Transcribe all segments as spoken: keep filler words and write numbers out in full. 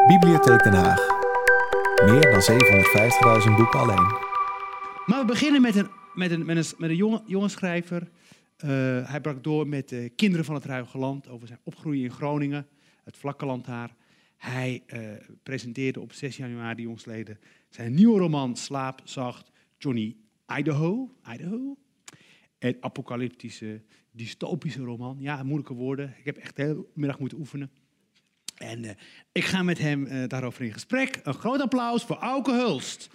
Bibliotheek Den Haag. Meer dan zevenhonderdvijftigduizend boeken alleen. Maar we beginnen met een, met een, met een, met een jonge, jonge schrijver. Uh, hij brak door met uh, Kinderen van het Ruige Land over zijn opgroeien in Groningen, het vlakke land daar. Hij uh, presenteerde op zes januari jongsleden zijn nieuwe roman Slaap Zacht, Johnny Idaho. Idaho. Een apocalyptische, dystopische roman. Ja, moeilijke woorden. Ik heb echt de hele middag moeten oefenen. En uh, ik ga met hem uh, daarover in gesprek. Een groot applaus voor Auke Hulst.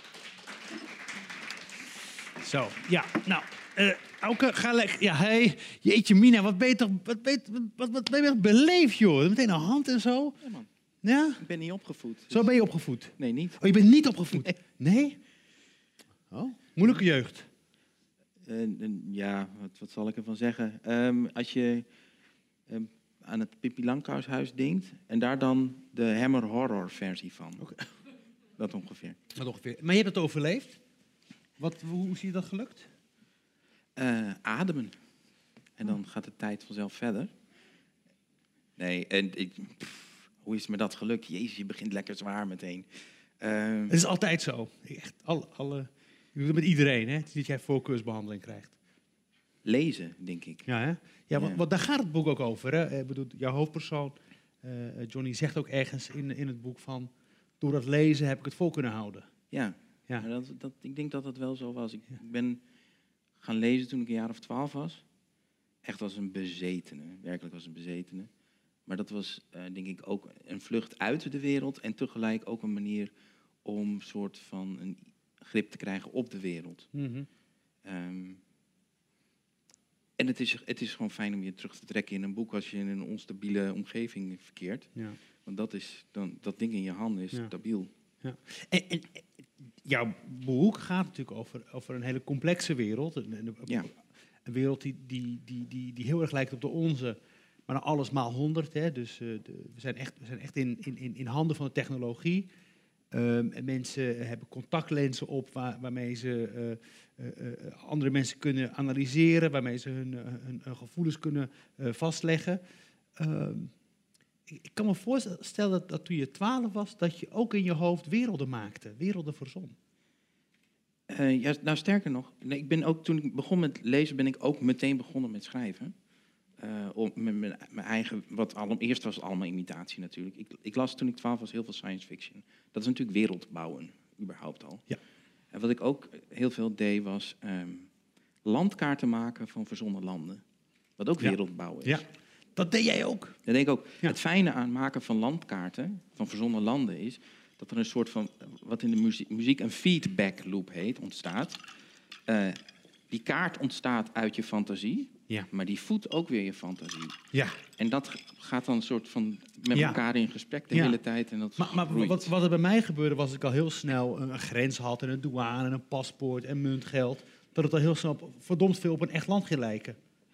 Zo, ja, nou, uh, Auke, ga lekker. Ja, hey, jeetje Mina, wat ben je toch, wat ben je, wat, wat ben je toch beleefd, joh? Meteen een hand en zo. Ja, man. Ja? Ik ben niet opgevoed. Dus... Zo ben je opgevoed? Nee, niet. Oh, je bent niet opgevoed? Nee? nee? Oh, moeilijke jeugd. Uh, uh, ja, wat, wat zal ik ervan zeggen? Um, als je um, aan het Pippi Langkous-huis denkt en daar dan de Hammer Horror versie van. Okay. Dat ongeveer. Dat ongeveer. Maar je hebt het overleefd? Wat, hoe is je dat gelukt? Uh, ademen. En dan gaat de tijd vanzelf verder. Nee, en ik, pff, hoe is me dat gelukt? Jezus, je begint lekker zwaar meteen. Uh, het is altijd zo. Echt, alle, alle, je doet het met iedereen, hè? Het is niet dat jij voorkeursbehandeling krijgt. Lezen, denk ik. Ja, hè? Ja, ja. Want, want daar gaat het boek ook over. Hè? Ik bedoel, jouw hoofdpersoon, uh, Johnny, zegt ook ergens in, in het boek van... door dat lezen heb ik het vol kunnen houden. Ja, ja. Maar dat, dat, ik denk dat dat wel zo was. Ik ja. ben gaan lezen toen ik een jaar of twaalf was. Echt als een bezetene. Werkelijk als een bezetene. Maar dat was, uh, denk ik, ook een vlucht uit de wereld... en tegelijk ook een manier om een soort van een grip te krijgen op de wereld. Mm-hmm. Um, en het is, het is gewoon fijn om je terug te trekken in een boek... als je in een onstabiele omgeving verkeert. Ja. Want dat, is dan, dat ding in je handen is ja. stabiel. Ja. En, en, jouw boek gaat natuurlijk over, over een hele complexe wereld. Een, een, ja. een wereld die, die, die, die, die heel erg lijkt op de onze... maar dan alles maal honderd. Hè. Dus uh, de, we zijn echt, we zijn echt in, in, in handen van de technologie... Um, en mensen hebben contactlenzen op waar, waarmee ze uh, uh, uh, andere mensen kunnen analyseren, waarmee ze hun, uh, hun, hun gevoelens kunnen uh, vastleggen. Um, ik, ik kan me voorstellen dat, dat toen je twaalf was, dat je ook in je hoofd werelden maakte, werelden verzon. Uh, ja, nou, sterker nog, nee, ik ben ook, toen ik begon met lezen, ben ik ook meteen begonnen met schrijven. Uh, om, met mijn eigen, wat al, eerst was het allemaal imitatie natuurlijk. Ik, ik las toen ik twaalf was heel veel science fiction. Dat is natuurlijk wereld bouwen, überhaupt al. Ja. En wat ik ook heel veel deed was um, landkaarten maken van verzonnen landen. Wat ook ja. wereldbouwen is. Ja, dat deed jij ook. Dat denk ik ook. Ja. Het fijne aan maken van landkaarten van verzonnen landen is dat er een soort van, wat in de muziek, muziek een feedback loop heet, ontstaat. Uh, die kaart ontstaat uit je fantasie. Ja. Maar die voedt ook weer je fantasie. Ja. En dat gaat dan een soort van met ja. elkaar in gesprek de ja. hele tijd. En dat maar maar wat, wat er bij mij gebeurde was dat ik al heel snel een grens had... en een douane en een paspoort en muntgeld. Dat het al heel snel op, verdomd veel op een echt land ging lijken.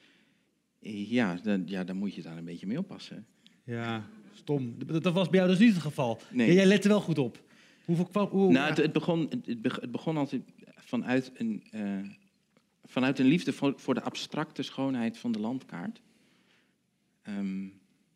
Ja, dan, ja, dan moet je daar een beetje mee oppassen. Ja, stom. Dat was bij jou dus niet het geval. Nee. Ja, jij lette wel goed op. Hoeveel, hoe, nou, het, het, begon, het begon altijd vanuit een... Uh, Vanuit een liefde voor, voor de abstracte schoonheid van de landkaart. Um,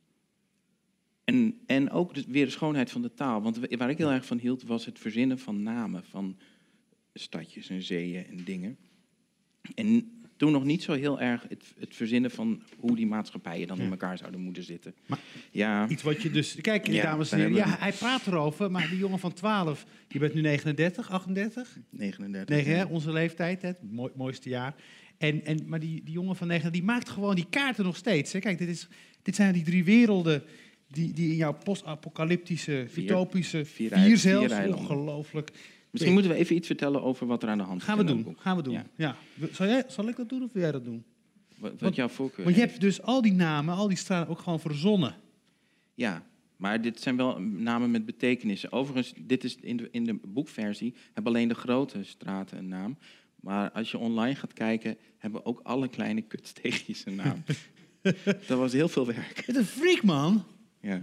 en, en ook de, weer de schoonheid van de taal. Want waar ik heel erg van hield, was het verzinnen van namen van stadjes en zeeën en dingen. En toen nog niet zo heel erg het, het verzinnen van hoe die maatschappijen dan ja. in elkaar zouden moeten zitten. Maar ja. Iets wat je dus... Kijk, ja, dames en heren, ja, hij praat erover, maar die jongen van twaalf... Je bent nu negenendertig, achtendertig? negenendertig. negen, hè, onze leeftijd, hè, het mooi, mooiste jaar. En, en, maar die, die jongen van negenendertig, die maakt gewoon die kaarten nog steeds. Hè. Kijk, dit, is, dit zijn die drie werelden die, die in jouw post-apocalyptische, utopische... Vier, vier zelfs, vier ongelooflijk... Misschien moeten we even iets vertellen over wat er aan de hand is. Gaan we doen, gaan we doen. Ja. Ja. Zal, jij, zal ik dat doen of wil jij dat doen? Wat, wat want, jouw voorkeur Want je hebt dus al die namen, al die straten ook gewoon verzonnen. Ja, maar dit zijn wel namen met betekenissen. Overigens, dit is in de, in de boekversie, hebben alleen de grote straten een naam. Maar als je online gaat kijken, hebben ook alle kleine kutsteegjes een naam. Dat was heel veel werk. Het is een freak, man. Ja.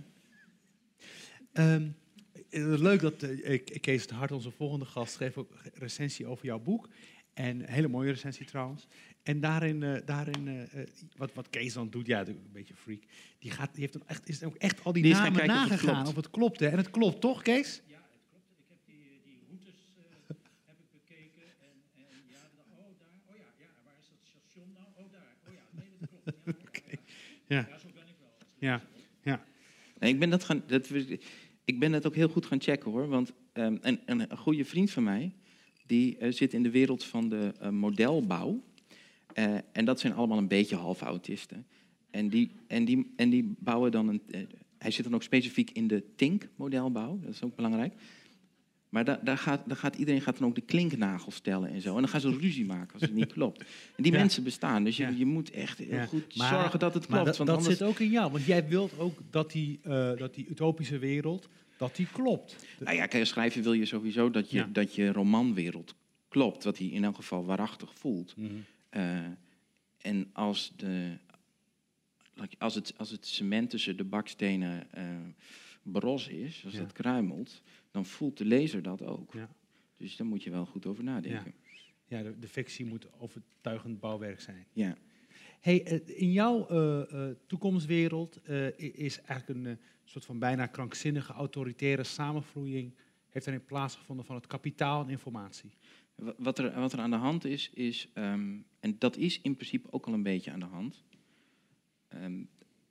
Um, Het is leuk dat uh, Kees het Hart, onze volgende gast, schreef ook een recensie over jouw boek. En een hele mooie recensie trouwens. En daarin, uh, daarin uh, uh, wat, wat Kees dan doet, ja, een beetje freak. Die, gaat, die heeft dan echt, is ook echt al die, die namen kijken nagegaan of of het klopt. Hè? En het klopt toch, Kees? Ja, het klopt. Ik heb die, die routes uh, heb ik bekeken. En, en ja, oh daar, oh ja, ja, waar is dat station nou? Oh daar, oh ja, nee, dat klopt. Ja, okay. ja, ja. ja, zo ben ik wel. Ja, ja. Nee, ik ben dat gaan, dat, ik ben dat ook heel goed gaan checken hoor. Want um, een, een goede vriend van mij, die uh, zit in de wereld van de uh, modelbouw. Uh, en dat zijn allemaal een beetje half autisten. En die, en die, en die bouwen dan een... Uh, hij zit dan ook specifiek in de Tink-modelbouw. Dat is ook belangrijk. Maar da, daar, gaat, daar gaat iedereen gaat dan ook de klinknagels stellen en zo. En dan gaan ze ruzie maken als het niet klopt. En die ja. mensen bestaan. Dus je, ja. je moet echt heel ja. goed maar, zorgen dat het klopt. Maar dat, want dat anders... zit ook in jou. Want jij wilt ook dat die, uh, dat die utopische wereld, dat die klopt. De... Nou ja, kijk, als schrijver wil je sowieso dat je, ja. dat je romanwereld klopt. Wat hij in elk geval waarachtig voelt. Mm-hmm. Uh, en als, de, als, het, als het cement tussen de bakstenen uh, bros is, als ja. dat kruimelt, dan voelt de lezer dat ook. Ja. Dus daar moet je wel goed over nadenken. Ja, ja de, de fictie moet overtuigend bouwwerk zijn. Ja. Hey, in jouw uh, uh, toekomstwereld uh, is eigenlijk een uh, soort van bijna krankzinnige autoritaire samenvloeiing, heeft er in plaatsgevonden van het kapitaal en informatie. Wat er, wat er aan de hand is, is um, en dat is in principe ook al een beetje aan de hand, um,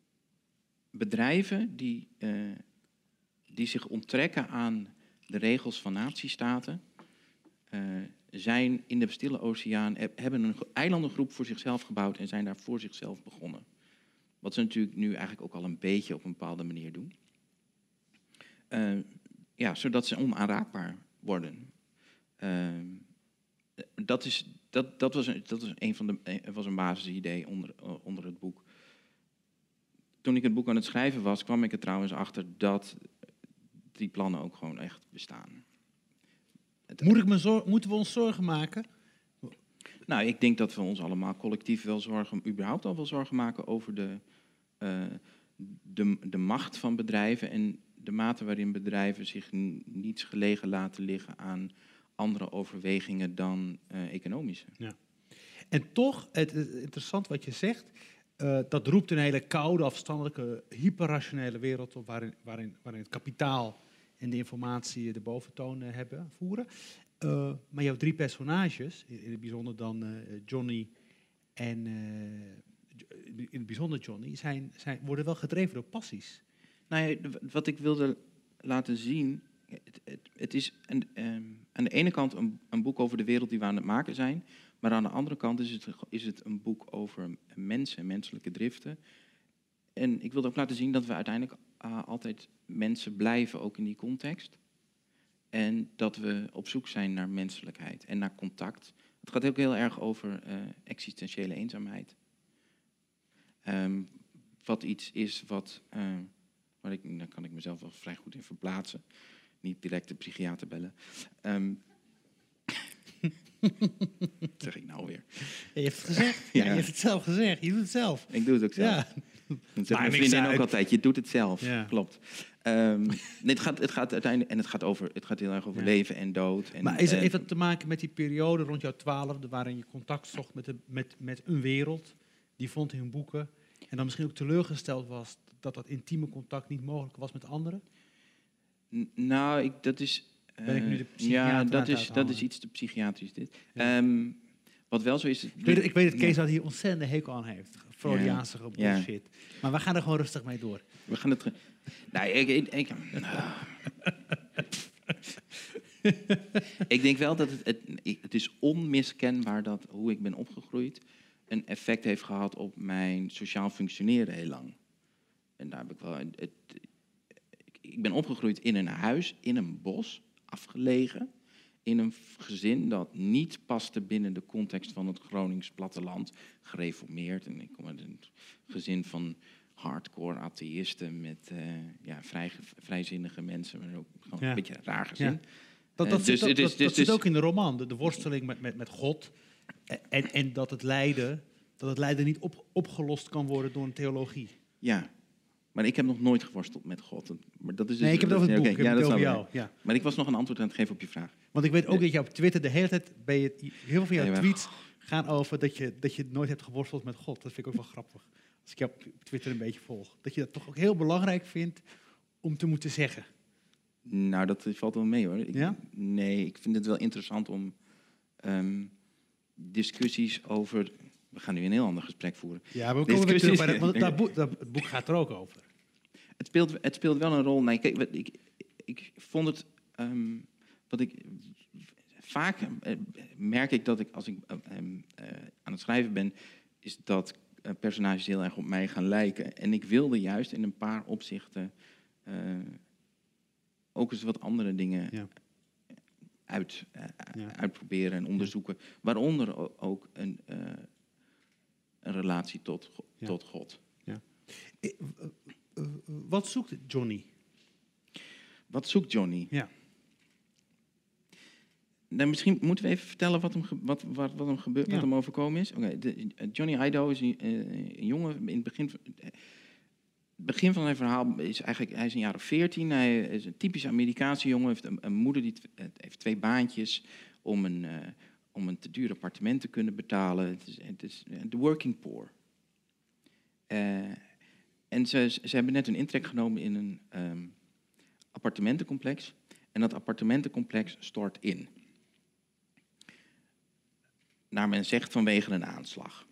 bedrijven die, uh, die zich onttrekken aan de regels van natiestaten, uh, zijn in de Stille Oceaan, hebben een eilandengroep voor zichzelf gebouwd en zijn daar voor zichzelf begonnen. Wat ze natuurlijk nu eigenlijk ook al een beetje op een bepaalde manier doen. Uh, ja, zodat ze onaanraakbaar worden. Uh, dat, is, dat, dat was een, dat was een van de was een basisidee onder, onder het boek. Toen ik het boek aan het schrijven was, kwam ik er trouwens achter dat die plannen ook gewoon echt bestaan. Het, Moet ik me zor- moeten we ons zorgen maken? Nou, ik denk dat we ons allemaal collectief wel zorgen, überhaupt al wel zorgen maken over de, uh, de, de macht van bedrijven en de mate waarin bedrijven zich n- niets gelegen laten liggen aan andere overwegingen dan uh, economische. Ja. En toch, het is interessant wat je zegt, uh, dat roept een hele koude, afstandelijke, hyperrationele wereld op waarin, waarin, waarin het kapitaal en de informatie de boventoon uh, hebben, voeren. Uh, maar jouw drie personages, in, in het bijzonder dan uh, Johnny en uh, in het bijzonder Johnny, zijn, zijn, worden wel gedreven door passies. Nou ja, wat ik wilde laten zien, het, het, het is een, um, aan de ene kant een, een boek over de wereld die we aan het maken zijn, maar aan de andere kant is het, is het een boek over mensen, menselijke driften. En ik wilde ook laten zien dat we uiteindelijk uh, altijd mensen blijven, ook in die context. En dat we op zoek zijn naar menselijkheid en naar contact. Het gaat ook heel erg over uh, existentiële eenzaamheid. Um, wat iets is wat, uh, waar ik, daar kan ik mezelf wel vrij goed in verplaatsen. Niet direct de psychiater bellen. Um, wat zeg ik nou weer? Je hebt het gezegd. Ja. Ja, je hebt het zelf gezegd. Je doet het zelf. Ik doe het ook zelf. Ja. Dat zegt mijn vriendin ook altijd. Je doet het zelf. Ja. Klopt. Um, nee, het, gaat, het gaat uiteindelijk en het gaat over, het gaat heel erg over ja. leven en dood. En, maar is het, en, heeft dat te maken met die periode rond jouw twaalfde, waarin je contact zocht met, de, met, met een wereld die vond in boeken en dan misschien ook teleurgesteld was dat dat intieme contact niet mogelijk was met anderen? N- nou, ik, dat is. Uh, ben ik nu de psychiater? Ja, dat is, dat is iets te psychiatrisch dit. Ja. Um, wat wel zo is. Ik weet, ik weet dat Kees dat hier ontzettend hekel aan heeft. Freudiaanse ja. bullshit. Ja. Maar we gaan er gewoon rustig mee door. We gaan het. Ge- nou, ik, ik, ik, ik denk wel dat het, het, het is onmiskenbaar dat hoe ik ben opgegroeid een effect heeft gehad op mijn sociaal functioneren heel lang. En daar heb ik wel. Het, ik ben opgegroeid in een huis, in een bos, afgelegen, in een gezin dat niet paste binnen de context van het Gronings platteland, gereformeerd. En ik kom uit een gezin van hardcore atheïsten met uh, ja, vrij, vrijzinnige mensen, maar ook gewoon ja. een beetje een raar gezin. Ja. Dat, dat, uh, dus, dat, dus, dat, dus, dat zit dus, ook in de roman, de, de worsteling met, met, met God. En, en dat het lijden, dat het lijden niet op, opgelost kan worden door een theologie. Ja, Maar ik heb nog nooit geworsteld met God. Maar dat is dus, Nee, ik heb het over het ja, boek. oké, Ik heb ja, het dat over snap ik. jou. Ja. Maar ik was nog een antwoord aan het geven op je vraag. Want ik weet ook Nee. dat je op Twitter de hele tijd... Ben je, heel veel van jouw Ja, maar- tweets gaan over dat je, dat je nooit hebt geworsteld met God. Dat vind ik ook wel grappig. Als ik jou op Twitter een beetje volg. Dat je dat toch ook heel belangrijk vindt om te moeten zeggen. Nou, dat valt wel mee hoor. Ik, Ja? Nee, ik vind het wel interessant om ehm, discussies over... We gaan nu een heel ander gesprek voeren. Ja, maar we komen weer Discussies- terug bij dat, want dat boek, dat, het boek gaat er ook over. Het speelt, het speelt wel een rol. Nee, kijk, wat ik, ik vond het... ehm, wat ik... Vaak eh, merk ik dat ik, als ik eh, ehm, eh, aan het schrijven ben... is dat eh, personages heel erg op mij gaan lijken. En ik wilde juist in een paar opzichten... eh, ook eens wat andere dingen Ja. uit, eh, Ja. uitproberen en onderzoeken. Waaronder o- ook een, eh, een relatie tot, Go- Ja. tot God. Eh, eh, eh, Wat zoekt Johnny? Wat zoekt Johnny? Ja. Nou, misschien moeten we even vertellen wat hem, ge- wat, wat, wat hem, gebeurt, Ja. wat hem overkomen is. Oké, de- Johnny Idaho is een, eh, een jongen in het begin van... Het begin van zijn verhaal is eigenlijk... Hij is een jaar of veertien. Hij is een typische Amerikaanse jongen. Heeft een, een moeder die t- heeft twee baantjes... om een, eh, om een te duur appartement te kunnen betalen. Het is, het is eh, de working poor. Eh, en ze, ze hebben net een intrek genomen in een ehm, appartementencomplex. En dat appartementencomplex stort in. Naar men zegt vanwege een aanslag.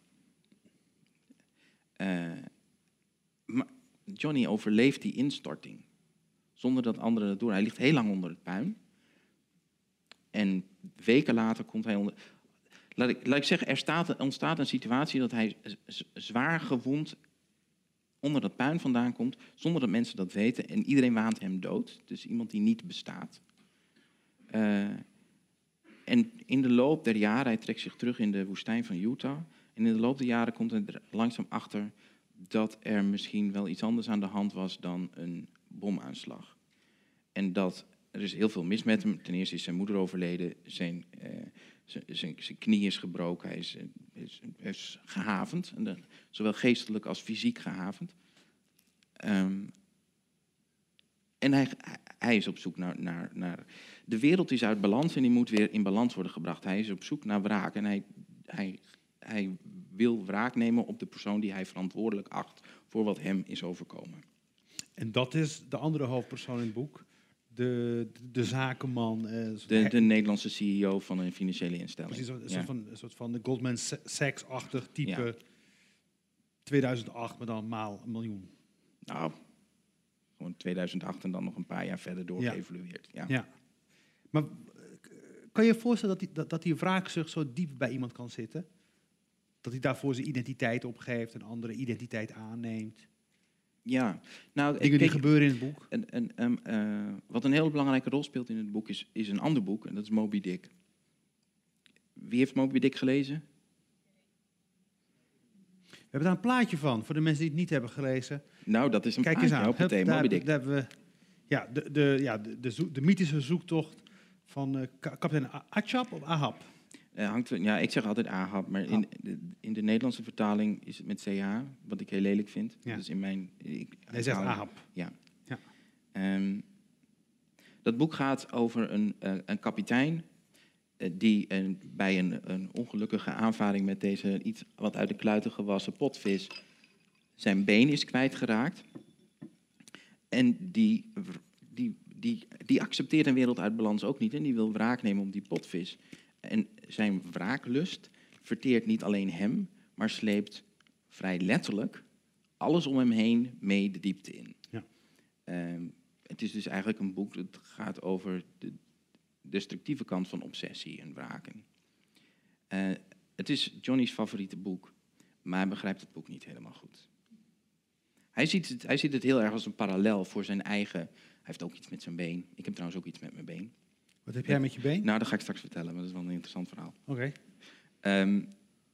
Eh, maar Johnny overleeft die instorting. Zonder dat anderen het doen. Hij ligt heel lang onder het puin. En weken later komt hij onder... Laat ik, laat ik zeggen, er staat, ontstaat een situatie dat hij z- zwaar gewond onder dat puin vandaan komt, zonder dat mensen dat weten. En iedereen waant hem dood. Dus iemand die niet bestaat. Uh, en in de loop der jaren, hij trekt zich terug in de woestijn van Utah. En in de loop der jaren komt hij er langzaam achter dat er misschien wel iets anders aan de hand was dan een bomaanslag. En dat er is heel veel mis met hem. Ten eerste is zijn moeder overleden, zijn, uh, zijn, zijn, zijn knie is gebroken, hij is, is, is gehavend, en de, zowel geestelijk als fysiek gehavend. Um, en hij, hij is op zoek naar, naar, naar... De wereld is uit balans en die moet weer in balans worden gebracht. Hij is op zoek naar wraak en hij, hij, hij wil wraak nemen op de persoon die hij verantwoordelijk acht voor wat hem is overkomen. En dat is de andere hoofdpersoon in het boek. De, de, de zakenman. Eh, De, de Nederlandse C E O van een financiële instelling. Precies, een, Ja. soort van, een soort van de Goldman Sachs-achtig type. Ja. tweeduizend acht, maar dan maal een miljoen. Nou, gewoon tweeduizend acht en dan nog een paar jaar verder doorgeëvolueerd. Ja. Ja. Maar eh, kan je je voorstellen dat die, dat, dat die wraakzucht zo diep bij iemand kan zitten? Dat hij daarvoor zijn identiteit opgeeft en andere identiteit aanneemt? Ja. Nou, Dingen die kijk, gebeuren in het boek? En, en, um, uh, wat een heel belangrijke rol speelt in het boek is, is een ander boek, en dat is Moby Dick. Wie heeft Moby Dick gelezen? We hebben daar een plaatje van, voor de mensen die het niet hebben gelezen. Nou, dat is een Kijk eens plaatje. aan. Hoppatee, Hup, daar, Moby Dick. daar hebben we ja, de, de, ja, de, de, zoek, de mythische zoektocht van uh, kapitein Achab of Ahab. Uh, hangt, ja, ik zeg altijd Ahab, maar in de, in de Nederlandse vertaling is het met C H, wat ik heel lelijk vind. Ja. Dus in mijn... Ik, Hij zegt haal- Ahab. Ja. Ja. Um, dat boek gaat over een, uh, een kapitein uh, die uh, bij een, een ongelukkige aanvaring met deze iets wat uit de kluiten gewassen potvis zijn been is kwijtgeraakt. En die, die, die, die accepteert een wereld uit balans ook niet en die wil wraak nemen op die potvis. En zijn wraaklust verteert niet alleen hem, maar sleept vrij letterlijk alles om hem heen mee de diepte in. Ja. Um, het is dus eigenlijk een boek dat gaat over de destructieve kant van obsessie en wraken. Uh, het is Johnny's favoriete boek, maar hij begrijpt het boek niet helemaal goed. Hij ziet het, hij ziet het heel erg als een parallel voor zijn eigen... Hij heeft ook iets met zijn been. Ik heb trouwens ook iets met mijn been. Wat heb jij met je been? Nou, dat ga ik straks vertellen, maar dat is wel een interessant verhaal. Oké. Okay. Um,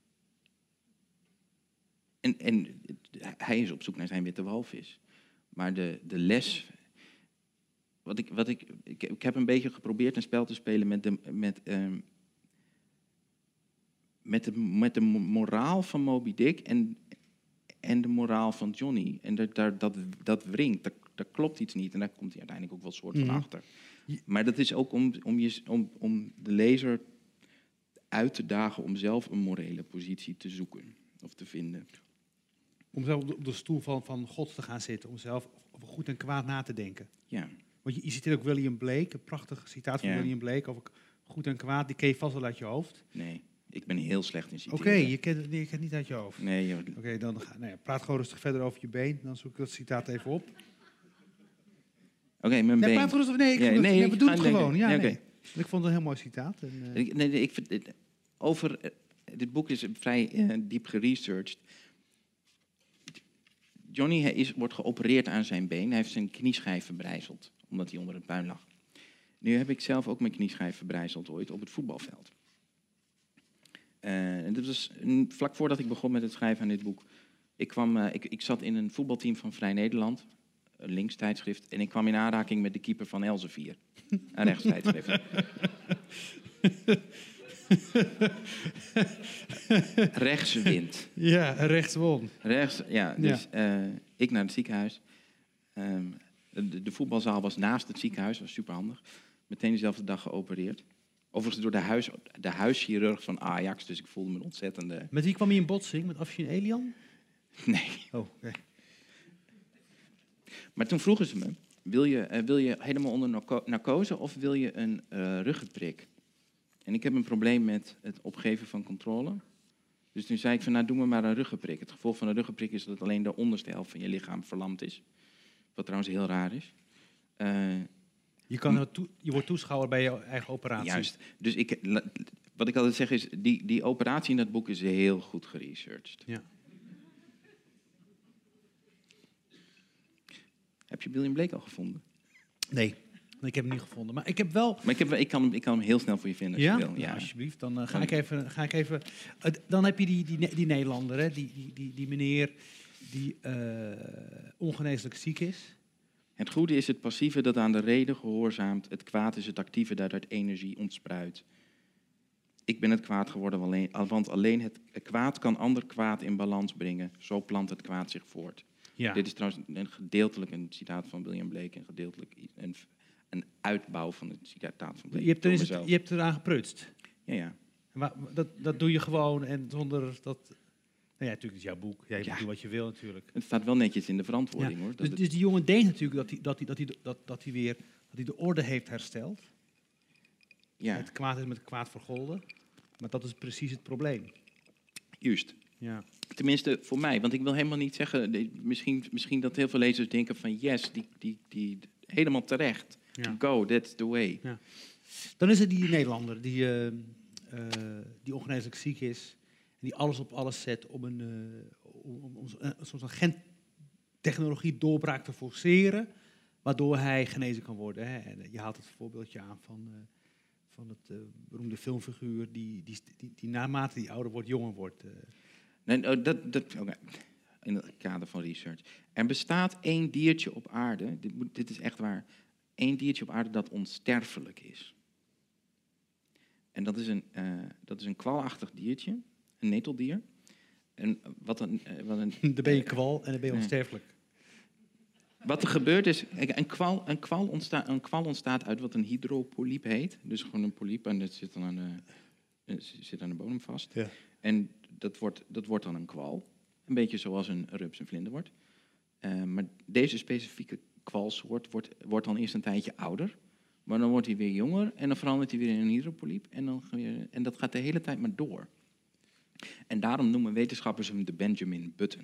en, en hij is op zoek naar zijn witte walvis. Maar de, de les... Wat ik, wat ik, ik, ik heb een beetje geprobeerd een spel te spelen met de, met, um, met de, met de moraal van Moby Dick. En, en de moraal van Johnny. En dat, dat, dat, dat wringt, daar, daar klopt iets niet. En daar komt hij uiteindelijk ook wel soort van Mhm. achter. Maar dat is ook om, om, je, om, om de lezer uit te dagen om zelf een morele positie te zoeken of te vinden. Om zelf op de, op de stoel van, van God te gaan zitten, om zelf over goed en kwaad na te denken. Ja, Want je, je citeert ook William Blake, een prachtig citaat van Ja. William Blake over goed en kwaad. Die ken je vast wel uit je hoofd. nee, ik ben heel slecht in Oké, citeren. je kent het, nee, je kent het niet uit je hoofd. Nee, joh. Oké, dan ga, nou ja, praat gewoon rustig verder over je been. Dan zoek ik dat citaat even op. Oké, mijn Nee, been. praat rustig. Nee, ik Ja, vond het, nee, nee, ik we doen ga het denken. gewoon. Ja, Ja, oké. nee. Ik vond het een heel mooi citaat. En, eh, Ik- Nee, nee, ik vind, dit- over, eh, dit boek is vrij eh, diep geresearched. Johnny hij is, wordt geopereerd aan zijn been. Hij heeft zijn knieschijf verbrijzeld, omdat hij onder het puin lag. Nu heb ik zelf ook mijn knieschijf verbrijzeld ooit op het voetbalveld. Eh, en dat was een- vlak voordat ik begon met het schrijven aan dit boek. Ik, kwam, eh, ik, ik zat in een voetbalteam van Vrij Nederland, een linkstijdschrift. En ik kwam in aanraking met de keeper van Elsevier, een rechtstijdschrift. Rechtswind. ja, rechts won. Rechts, ja. Dus eh, ik naar het ziekenhuis. Ehm, de, de voetbalzaal was naast het ziekenhuis, dat was superhandig. Meteen dezelfde dag geopereerd. Overigens door de, huis, de huischirurg van Ajax, dus ik voelde me een ontzettende... Met wie kwam je in botsing? Met Afshin Elian? Nee. Oh, oké. Maar toen vroegen ze me, wil je, eh, wil je helemaal onder narco- narcose of wil je een eh ruggenprik? En ik heb een probleem met het opgeven van controle. Dus toen zei ik van, nou doe me maar een ruggenprik. Het gevolg van een ruggenprik is dat alleen de onderste helft van je lichaam verlamd is. Wat trouwens heel raar is. Eh, Je, kan er toe, je wordt toeschouwer bij je eigen operatie. Juist. Dus ik, la- wat ik altijd zeg is, die, die operatie in dat boek is heel goed geresearched. Ja. Heb je William Blake al gevonden? Nee, ik heb hem niet gevonden. Maar ik heb wel... Maar ik, heb, ik, kan, hem- ik kan hem heel snel voor je vinden als Ja? je wil. Nou, Ja. alsjeblieft. Dan eh, ga, ik even, ga ik even... eh, dan heb je die, die, Ne- die Nederlander, hè? Die, die, die, die meneer die eh, ongeneeslijk ziek is. Het goede is het passieve dat aan de reden gehoorzaamt. Het kwaad is het actieve dat uit energie ontspruit. Ik ben het kwaad geworden, alleen- want alleen het kwaad kan ander kwaad in balans brengen. Zo plant het kwaad zich voort. Ja. Dit is trouwens een gedeeltelijk een citaat van William Blake en gedeeltelijk een, een uitbouw van het citaat van Blake. Je hebt, er, door is het- mezelf. je hebt eraan geprutst. Ja, ja. Maar dat, dat doe je gewoon en zonder dat... Nou ja, natuurlijk is het jouw boek. Ja, je Ja. moet doen wat je wil natuurlijk. Het staat wel netjes in de verantwoording, Ja. hoor. Dat Dus, het- dus die jongen denkt natuurlijk dat hij, dat hij, dat hij, dat, dat hij weer dat hij de orde heeft hersteld. ja, Het kwaad is met het kwaad vergolden. Maar dat is precies het probleem. juist. Ja. Tenminste, voor mij. Want ik wil helemaal niet zeggen... de- Misschien, misschien dat heel veel lezers denken van... Yes, die, die, die, helemaal terecht. Ja. Go, that's the way. Dan is er die Nederlander die, eh, eh, die ongeneeslijk ziek is. En die alles op alles zet om een, eh, om, om, om een soort van gentechnologie doorbraak te forceren. Waardoor hij genezen kan worden. Hè. En je haalt het voorbeeldje aan van, eh, van het eh, beroemde filmfiguur. Die, die, die, die naarmate die ouder wordt, jonger wordt. eh. Nee, oh, dat, dat, oké. In het kader van research. Er bestaat één diertje op aarde... Dit, moet, dit is echt waar. Één diertje op aarde dat onsterfelijk is. En dat is een, uh, dat is een kwalachtig diertje. Een neteldier. En wat een, uh, wat een, Dan ben je kwal en dan ben je Nee. onsterfelijk. Wat er gebeurt is, kijk, een kwal, een, kwal ontstaat, een kwal ontstaat uit wat een hydropolyp heet. Dus gewoon een polyp en dat zit dan aan de, eh, zit aan de bodem vast. Ja. En dat wordt, dat wordt dan een kwal. Een beetje zoals een rups een vlinder wordt. Uh, maar deze specifieke kwalsoort wordt, wordt dan eerst een tijdje ouder. Maar dan wordt hij weer jonger en dan verandert hij weer in een hydropolyp. En, dan, weer, en dat gaat de hele tijd maar door. En daarom noemen wetenschappers hem de Benjamin Button.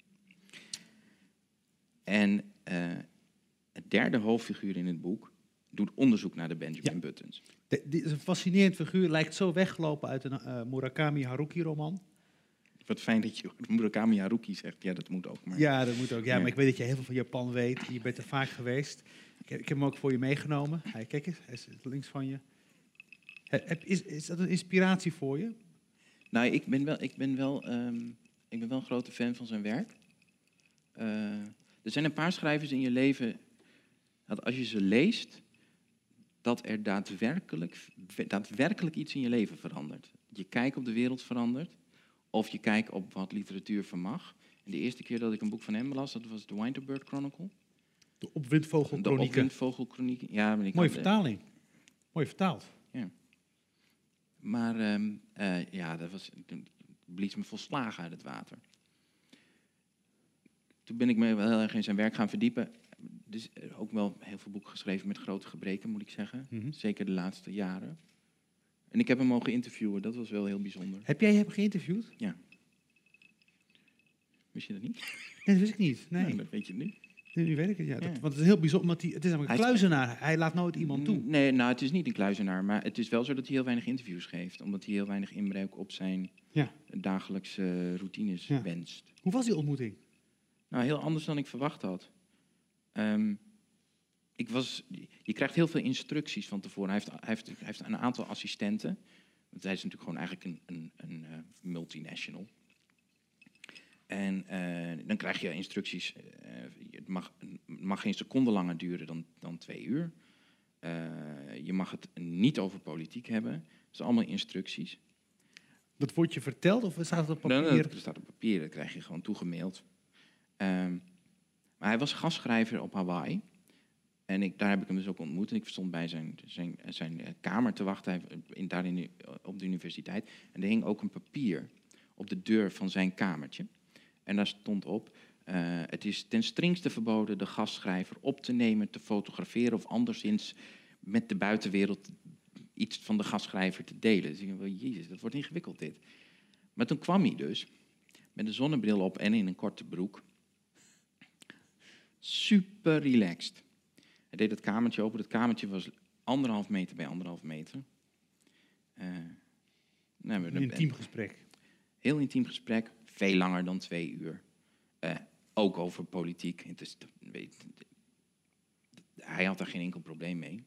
En uh, het derde hoofdfiguur in het boek doet onderzoek naar de Benjamin Ja. Buttons. De, die is een fascinerend figuur. Lijkt zo weggelopen uit een uh, Murakami Haruki-roman. Wat fijn dat je Murakami Haruki zegt. Ja, dat moet ook. Maar... Ja, dat moet ook. Ja, Ja. maar ik weet dat je heel veel van Japan weet. Je bent er vaak geweest. Ik heb, ik heb hem ook voor je meegenomen. Hey, kijk eens, hij zit links van je. Heb, is, is dat een inspiratie voor je? Nou, ik ben wel, ik ben wel, um, ik ben wel een grote fan van zijn werk. Uh, er zijn een paar schrijvers in je leven, dat als je ze leest, dat er daadwerkelijk, daadwerkelijk iets in je leven verandert. Je kijk op de wereld verandert, of je kijk op wat literatuur vermag. En de eerste keer dat ik een boek van hem las, dat was de Winterbird Chronicle. De opwindvogelkronieken. De opwindvogelkronieken. Ja, maar ik Mooie had, vertaling. Mooi vertaald. Ja. Maar um, uh, ja, dat was, toen blies me volslagen uit het water. Toen ben ik me wel heel erg in zijn werk gaan verdiepen. Dus ook wel heel veel boeken geschreven met grote gebreken, moet ik zeggen. Mm-hmm. Zeker de laatste jaren. En ik heb hem mogen interviewen, dat was wel heel bijzonder. Heb jij hem geïnterviewd? Ja. Wist je dat niet? Nee, dat wist ik niet. Nee. Nou, dat weet je nu. Nu weet ik het, ja. Dat, Ja. want het is heel bijzonder, want die, het is namelijk een Hij is- kluizenaar. Hij laat nooit iemand toe. Nee, nou, het is niet een kluizenaar, maar het is wel zo dat hij heel weinig interviews geeft. Omdat hij heel weinig inbreuk op zijn Ja. dagelijkse routines Ja. wenst. Hoe was die ontmoeting? Nou, heel anders dan ik verwacht had. Ehm, ik was, je krijgt heel veel instructies van tevoren. Hij heeft, hij heeft, hij heeft een aantal assistenten. Want hij is natuurlijk gewoon eigenlijk een, een, een uh, multinational. En uh, dan krijg je instructies. Uh, het, mag, het mag geen seconde langer duren dan, dan twee uur. Uh, je mag het niet over politiek hebben. Dat zijn allemaal instructies. Dat wordt je verteld of staat het op papier? Nee, nee, dat staat op papier, dat krijg je gewoon toegemaild. Um, maar hij was gastschrijver op Hawaii. En ik, daar heb ik hem dus ook ontmoet. En ik stond bij zijn, zijn, zijn kamer te wachten hij, in, daar in, op de universiteit. En er hing ook een papier op de deur van zijn kamertje. En daar stond op: uh, het is ten strengste verboden de gastschrijver op te nemen, te fotograferen of anderszins met de buitenwereld iets van de gastschrijver te delen. Dus ik dacht, well, jezus, dat wordt ingewikkeld dit. Maar toen kwam hij dus met een zonnebril op en in een korte broek. Super relaxed. Hij deed het kamertje open. Het kamertje was anderhalf meter bij anderhalf meter. Uh, nou, we, Een intiem gesprek. Heel intiem gesprek. Veel langer dan twee uur. Uh, ook over politiek. Het is, weet, hij had daar geen enkel probleem mee.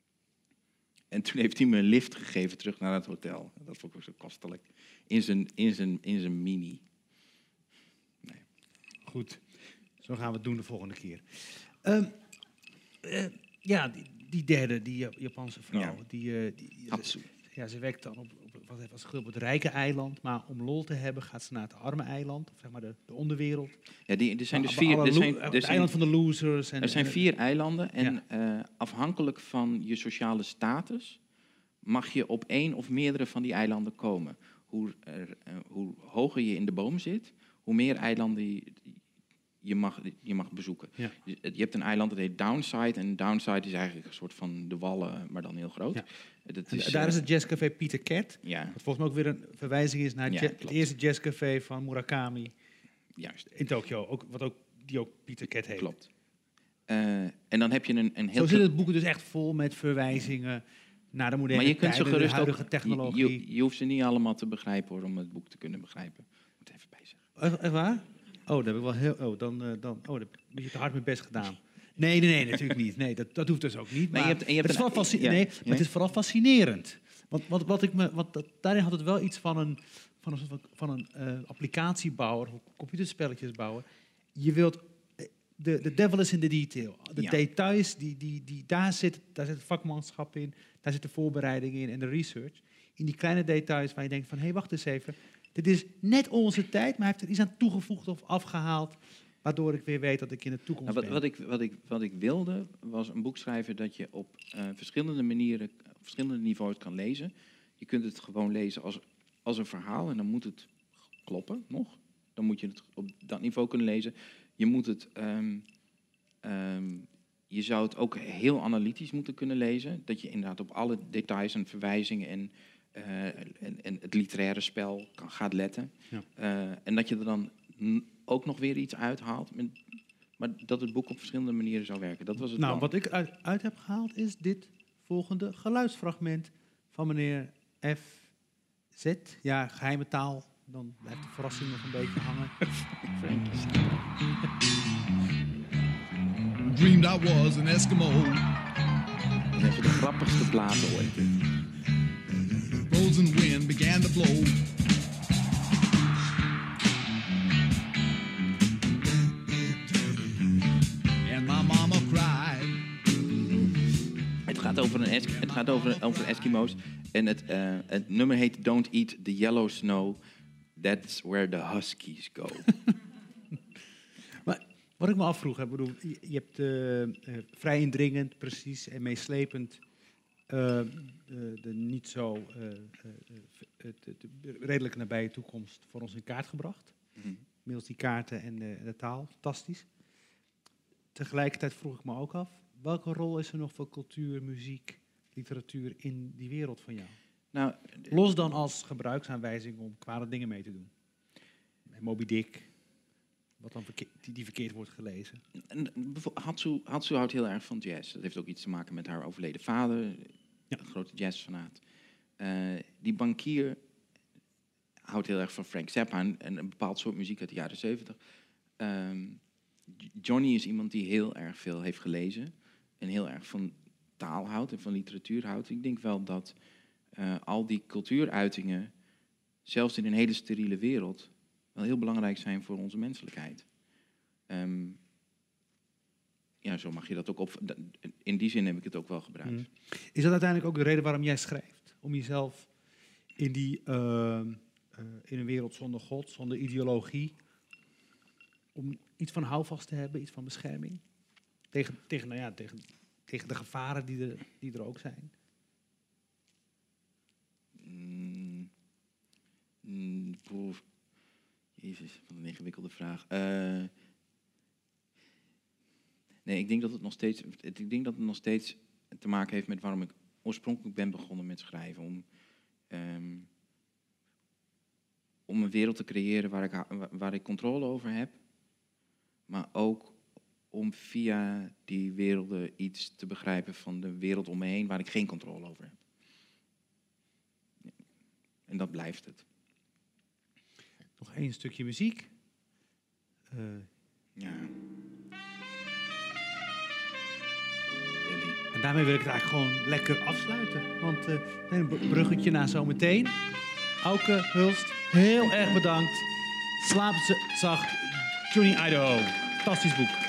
En toen heeft hij me een lift gegeven terug naar het hotel. Dat vond ik ook zo kostelijk. In zijn, in zijn, in zijn mini. Nee. Goed. Zo gaan we het doen de volgende keer. Um, uh, ja, die, die derde, die Japanse vrouw. Ja. Die, uh, die, Hatsu. Ja, ze werkt dan op, op, wat was op het rijke eiland. Maar om lol te hebben gaat ze naar het arme eiland. Of zeg maar de, de onderwereld. Ja, die, er zijn dus Alle vier... Er lo- zijn, het er zijn, eiland van de losers. En, er zijn en- vier eilanden. En Ja. uh, afhankelijk van je sociale status mag je op één of meerdere van die eilanden komen. Hoe, er, uh, hoe hoger je in de boom zit, hoe meer eilanden je, je, mag, je mag bezoeken. Ja. Je, je hebt een eiland dat heet Downside. En Downside is eigenlijk een soort van de wallen, maar dan heel groot. Ja. Dat En is, daar uh, is het jazzcafé Pieter Cat. Ja, Wat volgens mij ook weer een verwijzing is naar het, Ja, ja, klopt. het eerste jazzcafé van Murakami juist. in Tokio. Ook, wat ook, die ook Pieter Cat heet. Klopt. Uh, en dan heb je een, een heel... Zo zit het boek dus echt vol met verwijzingen naar de moderne Maar je kunt ze tijden, de gerust huidige ook... technologie. Je, je hoeft ze niet allemaal te begrijpen hoor, om het boek te kunnen begrijpen. Ik moet even bij zeggen. Echt, echt waar? Oh, dat heb ik wel heel... Oh, dan, uh, dan, oh, dat heb je te hard mijn best gedaan. Nee, nee, nee, natuurlijk niet. Nee, dat, dat hoeft dus ook niet. Maar je hebt- en je hebt het, is een- vooral fasci- ja, nee, ja. maar het is vooral fascinerend. Want, want wat ik me, want dat, daarin had het wel iets van een, van een, soort van, van een uh, applicatiebouwer, of computerspelletjesbouwer. Je wilt... De, de devil is in the detail. De Ja. details, die, die, die, daar, zit, daar zit het vakmanschap in, daar zit de voorbereiding in en de research. In die kleine details waar je denkt van, hé, hey, wacht eens even. Dit is net onze tijd, maar hij heeft er iets aan toegevoegd of afgehaald, waardoor ik weer weet dat ik in de toekomst Nou, wat, ben. wat, ik, wat, ik, wat ik wilde, was een boek schrijven dat je op uh, verschillende manieren, op verschillende niveaus kan lezen. Je kunt het gewoon lezen als, als een verhaal en dan moet het kloppen nog. Dan moet je het op dat niveau kunnen lezen. Je moet het... Um, um, je zou het ook heel analytisch moeten kunnen lezen. Dat je inderdaad op alle details en verwijzingen en, uh, en, en het literaire spel kan, gaat letten. Ja. Uh, en dat je er dan n- ook nog weer iets uithaalt. Met, maar dat het boek op verschillende manieren zou werken. Dat was het Nou, plan. wat ik uit, uit heb gehaald is dit volgende geluidsfragment van meneer F Z. Ja, geheime taal. Dan blijft de verrassing nog een beetje hangen. Dreamed I was an Eskimo. Dat is even de grappigste platen ooit. Frozen wind began to blow. And my mama cried. Het gaat over, een Esk- het gaat over, over Eskimo's. En het, uh, het nummer heet Don't Eat the Yellow Snow. That's where the Huskies go. Wat ik me afvroeg, ik bedoel, je, je hebt uh, uh, vrij indringend, precies en meeslepend uh, de, de niet zo uh, uh, uh, de, de redelijk nabije toekomst voor ons in kaart gebracht. Mm-hmm. Middels die kaarten en de, de taal, fantastisch. Tegelijkertijd vroeg ik me ook af, welke rol is er nog voor cultuur, muziek, literatuur in die wereld van jou? Nou, Los dan als gebruiksaanwijzing om kwade dingen mee te doen. Moby Dick, wat dan verkeer, die, die verkeerd wordt gelezen. Hatsu, Hatsu houdt heel erg van jazz. Dat heeft ook iets te maken met haar overleden vader, Ja. een grote jazzfanaat. Uh, die bankier houdt heel erg van Frank Zappa en, en een bepaald soort muziek uit de jaren zeventig. Um, Johnny is iemand die heel erg veel heeft gelezen en heel erg van taal houdt en van literatuur houdt. Ik denk wel dat uh, al die cultuuruitingen, zelfs in een hele steriele wereld, wel heel belangrijk zijn voor onze menselijkheid. Um, ja, zo mag je dat ook op. In die zin heb ik het ook wel gebruikt. Mm. Is dat uiteindelijk ook de reden waarom jij schrijft? Om jezelf in, die, uh, uh, in een wereld zonder God, zonder ideologie, om iets van houvast te hebben, iets van bescherming? Tegen, tegen, nou ja, tegen, tegen de gevaren die er, die er ook zijn? Mm, mm, boef. Jezus, wat een ingewikkelde vraag. Uh, nee, ik denk dat het nog steeds, ik denk dat het nog steeds te maken heeft met waarom ik oorspronkelijk ben begonnen met schrijven. Om, um, om een wereld te creëren waar ik, waar ik controle over heb. Maar ook om via die werelden iets te begrijpen van de wereld om me heen waar ik geen controle over heb. Ja. En dat blijft het. Nog één stukje muziek. Uh, ja. En daarmee wil ik het eigenlijk gewoon lekker afsluiten. Want uh, een bruggetje naar zometeen. Auke Hulst, heel erg bedankt. Slaap zacht, Johnny Idaho. Fantastisch boek.